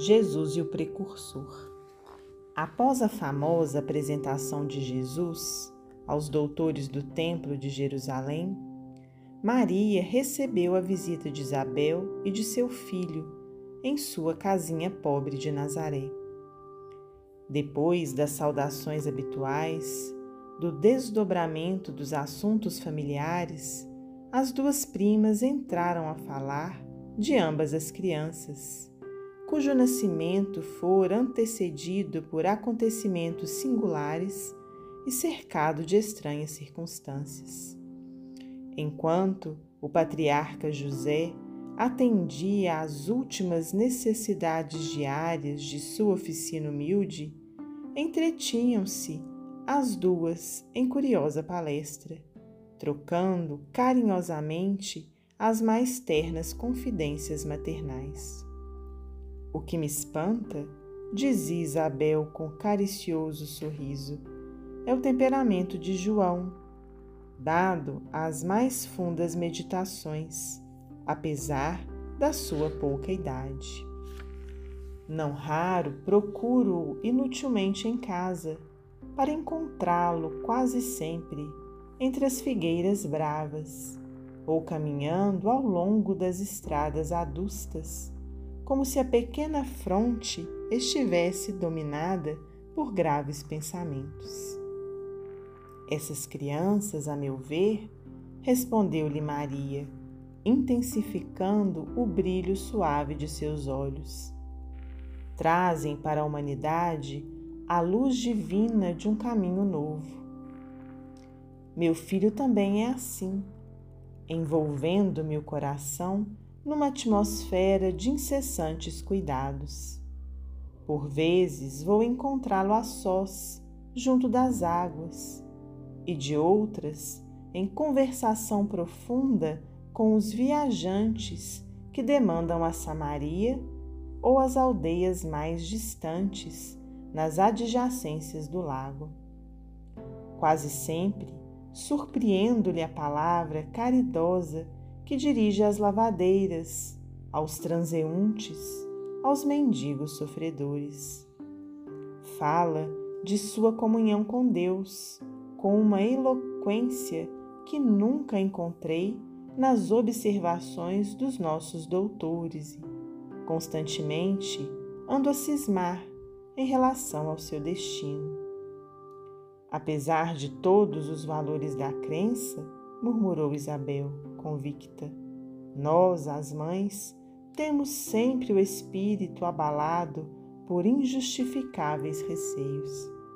Jesus e o Precursor. Após a famosa apresentação de Jesus aos doutores do Templo de Jerusalém, Maria recebeu a visita de Isabel e de seu filho em sua casinha pobre de Nazaré. Depois das saudações habituais, do desdobramento dos assuntos familiares, as duas primas entraram a falar de ambas as crianças, cujo nascimento fora antecedido por acontecimentos singulares e cercado de estranhas circunstâncias. Enquanto o patriarca José atendia às últimas necessidades diárias de sua oficina humilde, entretinham-se as duas em curiosa palestra, trocando carinhosamente as mais ternas confidências maternais. O que me espanta, dizia Isabel com caricioso sorriso, é o temperamento de João, dado às mais fundas meditações, apesar da sua pouca idade. Não raro procuro-o inutilmente em casa, para encontrá-lo quase sempre entre as figueiras bravas, ou caminhando ao longo das estradas adustas, como se a pequena fronte estivesse dominada por graves pensamentos. Essas crianças, a meu ver, respondeu-lhe Maria, intensificando o brilho suave de seus olhos, trazem para a humanidade a luz divina de um caminho novo. Meu filho também é assim, envolvendo-me o coração numa atmosfera de incessantes cuidados. Por vezes vou encontrá-lo a sós, junto das águas, e de outras, em conversação profunda com os viajantes que demandam a Samaria ou as aldeias mais distantes nas adjacências do lago. Quase sempre surpreendo-lhe a palavra caridosa que dirige às lavadeiras, aos transeuntes, aos mendigos sofredores. Fala de sua comunhão com Deus, com uma eloquência que nunca encontrei nas observações dos nossos doutores. Constantemente ando a cismar em relação ao seu destino. Apesar de todos os valores da crença, murmurou Isabel, convicta, nós, as mães, temos sempre o espírito abalado por injustificáveis receios.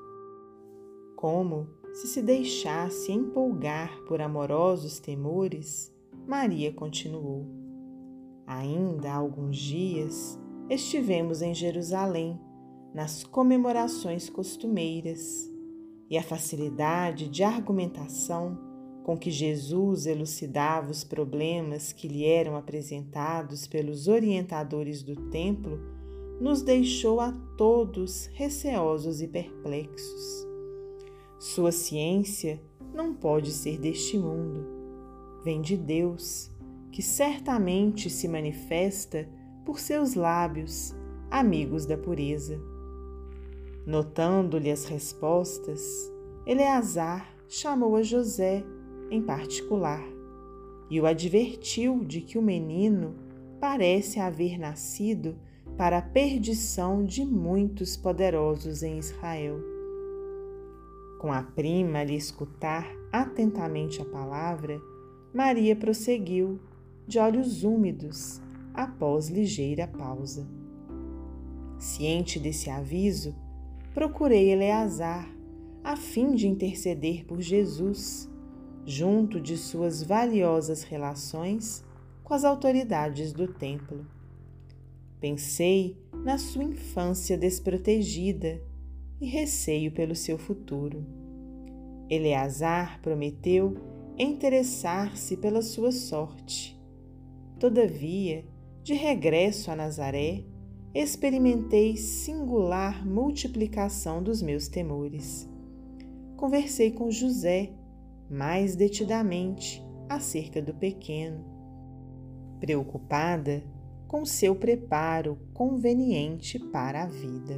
Como se deixasse empolgar por amorosos temores, Maria continuou. Ainda há alguns dias estivemos em Jerusalém, nas comemorações costumeiras, e a facilidade de argumentação com que Jesus elucidava os problemas que lhe eram apresentados pelos orientadores do templo nos deixou a todos receosos e perplexos. Sua ciência não pode ser deste mundo. Vem de Deus, que certamente se manifesta por seus lábios, amigos da pureza. Notando-lhe as respostas, Eleazar chamou a José, em particular, e o advertiu de que o menino parece haver nascido para a perdição de muitos poderosos em Israel. Com a prima a lhe escutar atentamente a palavra, Maria prosseguiu, de olhos úmidos, após ligeira pausa. Ciente desse aviso, procurei Eleazar, a fim de interceder por Jesus, junto de suas valiosas relações com as autoridades do templo. Pensei na sua infância desprotegida e receio pelo seu futuro. Eleazar prometeu interessar-se pela sua sorte. Todavia, de regresso a Nazaré, experimentei singular multiplicação dos meus temores. Conversei com José, mais detidamente, acerca do pequeno. Preocupada, com seu preparo conveniente para a vida.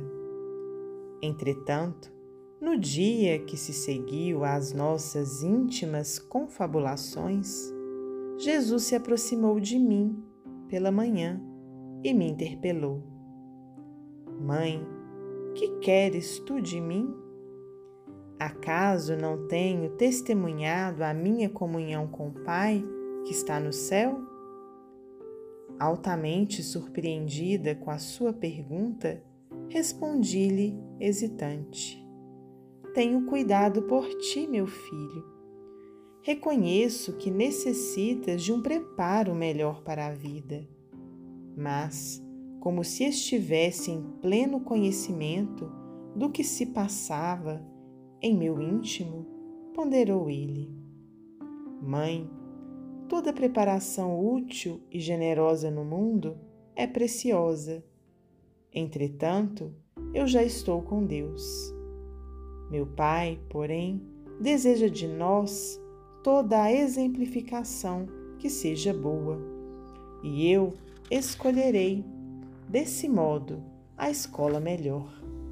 Entretanto, no dia que se seguiu às nossas íntimas confabulações, Jesus se aproximou de mim pela manhã e me interpelou: Mãe, que queres tu de mim? Acaso não tenho testemunhado a minha comunhão com o Pai que está no céu? Altamente surpreendida com a sua pergunta, respondi-lhe hesitante: Tenho cuidado por ti, meu filho. Reconheço que necessitas de um preparo melhor para a vida, mas, como se estivesse em pleno conhecimento do que se passava em meu íntimo, ponderou ele: Mãe, toda preparação útil e generosa no mundo é preciosa. Entretanto, eu já estou com Deus. Meu Pai, porém, deseja de nós toda a exemplificação que seja boa, e eu escolherei, desse modo, a escola melhor.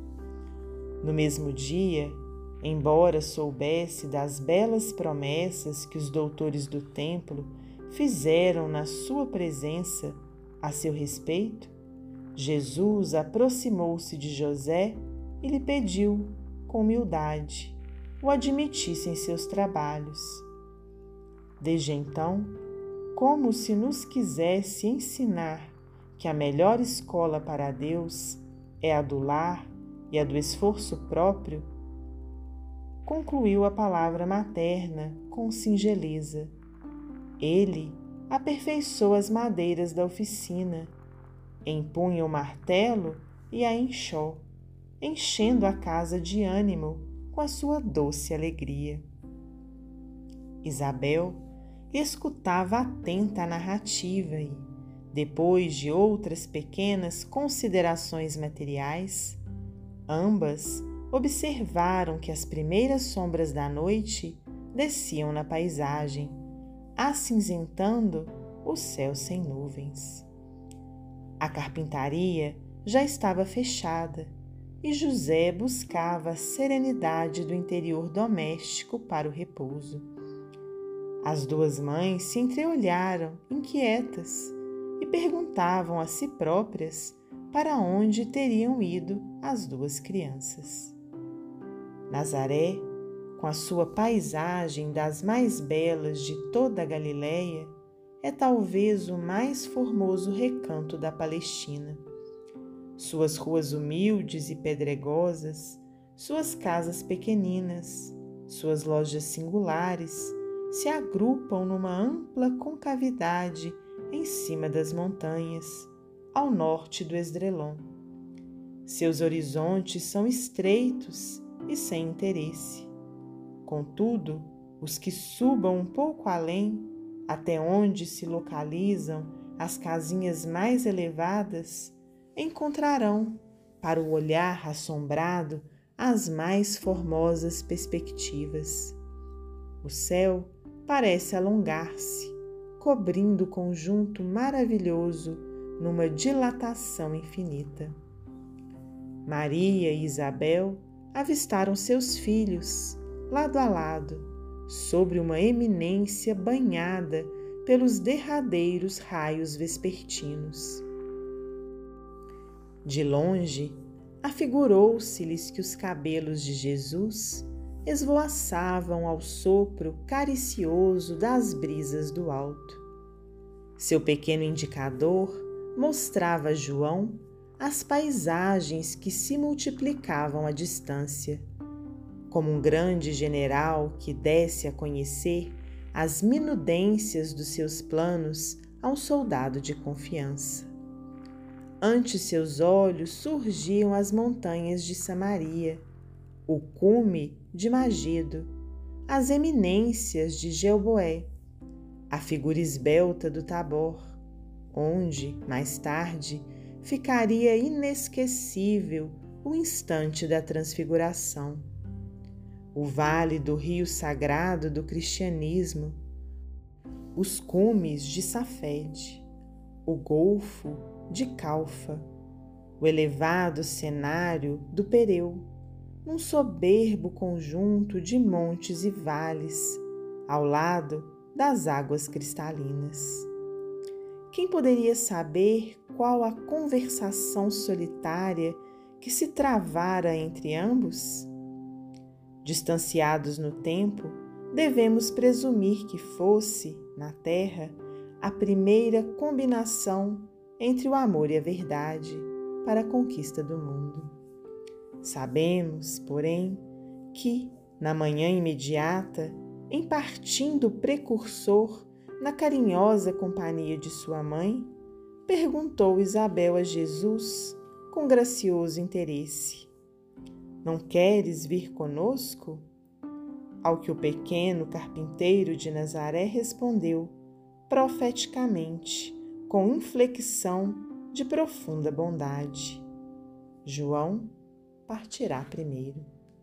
No mesmo dia, embora soubesse das belas promessas que os doutores do templo fizeram na sua presença a seu respeito, Jesus aproximou-se de José e lhe pediu, com humildade, o admitisse em seus trabalhos. Desde então, como se nos quisesse ensinar que a melhor escola para Deus é a do lar e a do esforço próprio, concluiu a palavra materna com singeleza. Ele aperfeiçoa as madeiras da oficina, empunha o martelo e a enxó, enchendo a casa de ânimo com a sua doce alegria. Isabel escutava atenta a narrativa e, depois de outras pequenas considerações materiais, ambas observaram que as primeiras sombras da noite desciam na paisagem, acinzentando o céu sem nuvens. A carpintaria já estava fechada e José buscava a serenidade do interior doméstico para o repouso. As duas mães se entreolharam inquietas e perguntavam a si próprias para onde teriam ido as duas crianças. Nazaré, com a sua paisagem das mais belas de toda a Galileia, é talvez o mais formoso recanto da Palestina. Suas ruas humildes e pedregosas, suas casas pequeninas, suas lojas singulares se agrupam numa ampla concavidade em cima das montanhas, ao norte do Esdrelon. Seus horizontes são estreitos e sem interesse. Contudo, os que subam um pouco além, até onde se localizam as casinhas mais elevadas, encontrarão, para o olhar assombrado, as mais formosas perspectivas. O céu parece alongar-se, cobrindo o conjunto maravilhoso numa dilatação infinita. Maria e Isabel avistaram seus filhos, lado a lado, sobre uma eminência banhada pelos derradeiros raios vespertinos. De longe, afigurou-se-lhes que os cabelos de Jesus esvoaçavam ao sopro caricioso das brisas do alto. Seu pequeno indicador mostrava a João as paisagens que se multiplicavam à distância, como um grande general que desce a conhecer as minudências dos seus planos a um soldado de confiança. Ante seus olhos surgiam as montanhas de Samaria, o cume de Magido, as eminências de Gilboé, a figura esbelta do Tabor, onde, mais tarde, ficaria inesquecível o instante da transfiguração, o vale do rio sagrado do cristianismo, os cumes de Safed, o golfo de Calfa, o elevado cenário do Pereu, num soberbo conjunto de montes e vales, ao lado das águas cristalinas. Quem poderia saber qual a conversação solitária que se travara entre ambos? Distanciados no tempo, devemos presumir que fosse, na Terra, a primeira combinação entre o amor e a verdade para a conquista do mundo. Sabemos, porém, que, na manhã imediata, em partindo o precursor na carinhosa companhia de sua mãe, perguntou Isabel a Jesus com gracioso interesse: "Não queres vir conosco?" Ao que o pequeno carpinteiro de Nazaré respondeu profeticamente, com inflexão de profunda bondade: "João partirá primeiro."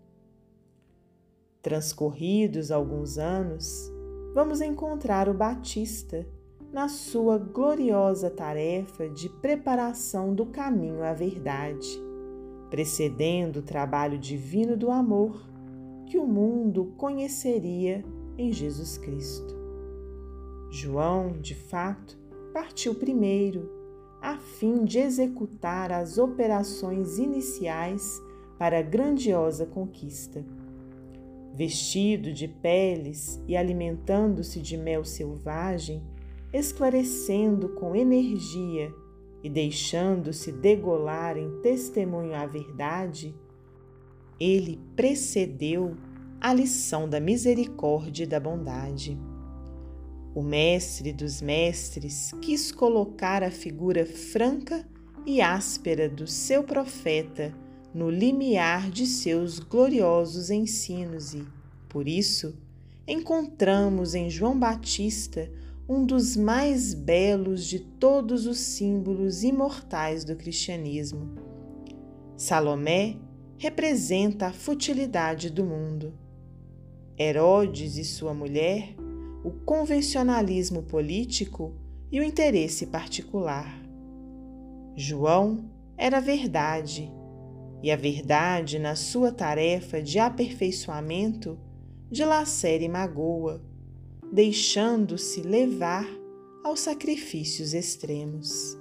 Transcorridos alguns anos, vamos encontrar o Batista na sua gloriosa tarefa de preparação do caminho à verdade, precedendo o trabalho divino do amor que o mundo conheceria em Jesus Cristo. João, de fato, partiu primeiro, a fim de executar as operações iniciais para a grandiosa conquista. Vestido de peles e alimentando-se de mel selvagem, esclarecendo com energia e deixando-se degolar em testemunho à verdade, ele precedeu a lição da misericórdia e da bondade. O mestre dos mestres quis colocar a figura franca e áspera do seu profeta no limiar de seus gloriosos ensinos e, por isso, encontramos em João Batista um dos mais belos de todos os símbolos imortais do cristianismo. Salomé representa a futilidade do mundo. Herodes e sua mulher, o convencionalismo político e o interesse particular. João era a verdade, e a verdade, na sua tarefa de aperfeiçoamento, dilacera e magoa, deixando-se levar aos sacrifícios extremos.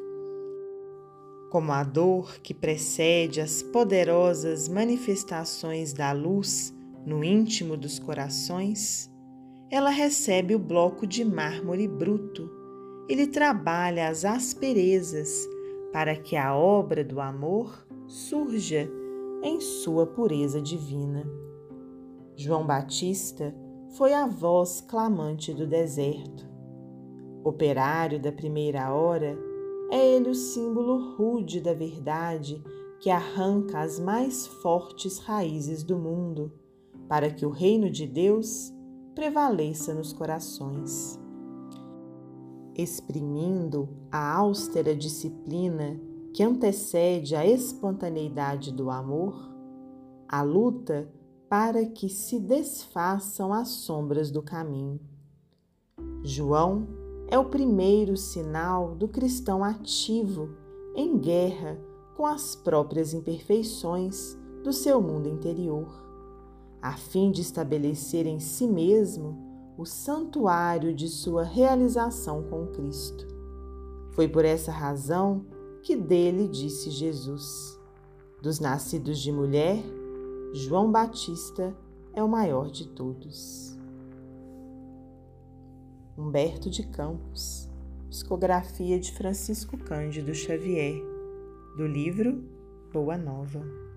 Como a dor que precede as poderosas manifestações da luz no íntimo dos corações, ela recebe o bloco de mármore bruto e lhe trabalha as asperezas para que a obra do amor surja em sua pureza divina. João Batista foi a voz clamante do deserto. Operário da primeira hora, é ele o símbolo rude da verdade que arranca as mais fortes raízes do mundo, para que o reino de Deus prevaleça nos corações. Exprimindo a austera disciplina que antecede a espontaneidade do amor, a luta para que se desfaçam as sombras do caminho. João é o primeiro sinal do cristão ativo em guerra com as próprias imperfeições do seu mundo interior, a fim de estabelecer em si mesmo o santuário de sua realização com Cristo. Foi por essa razão que dele disse Jesus: "Dos nascidos de mulher, João Batista é o maior de todos." Humberto de Campos, psicografia de Francisco Cândido Xavier, do livro Boa Nova.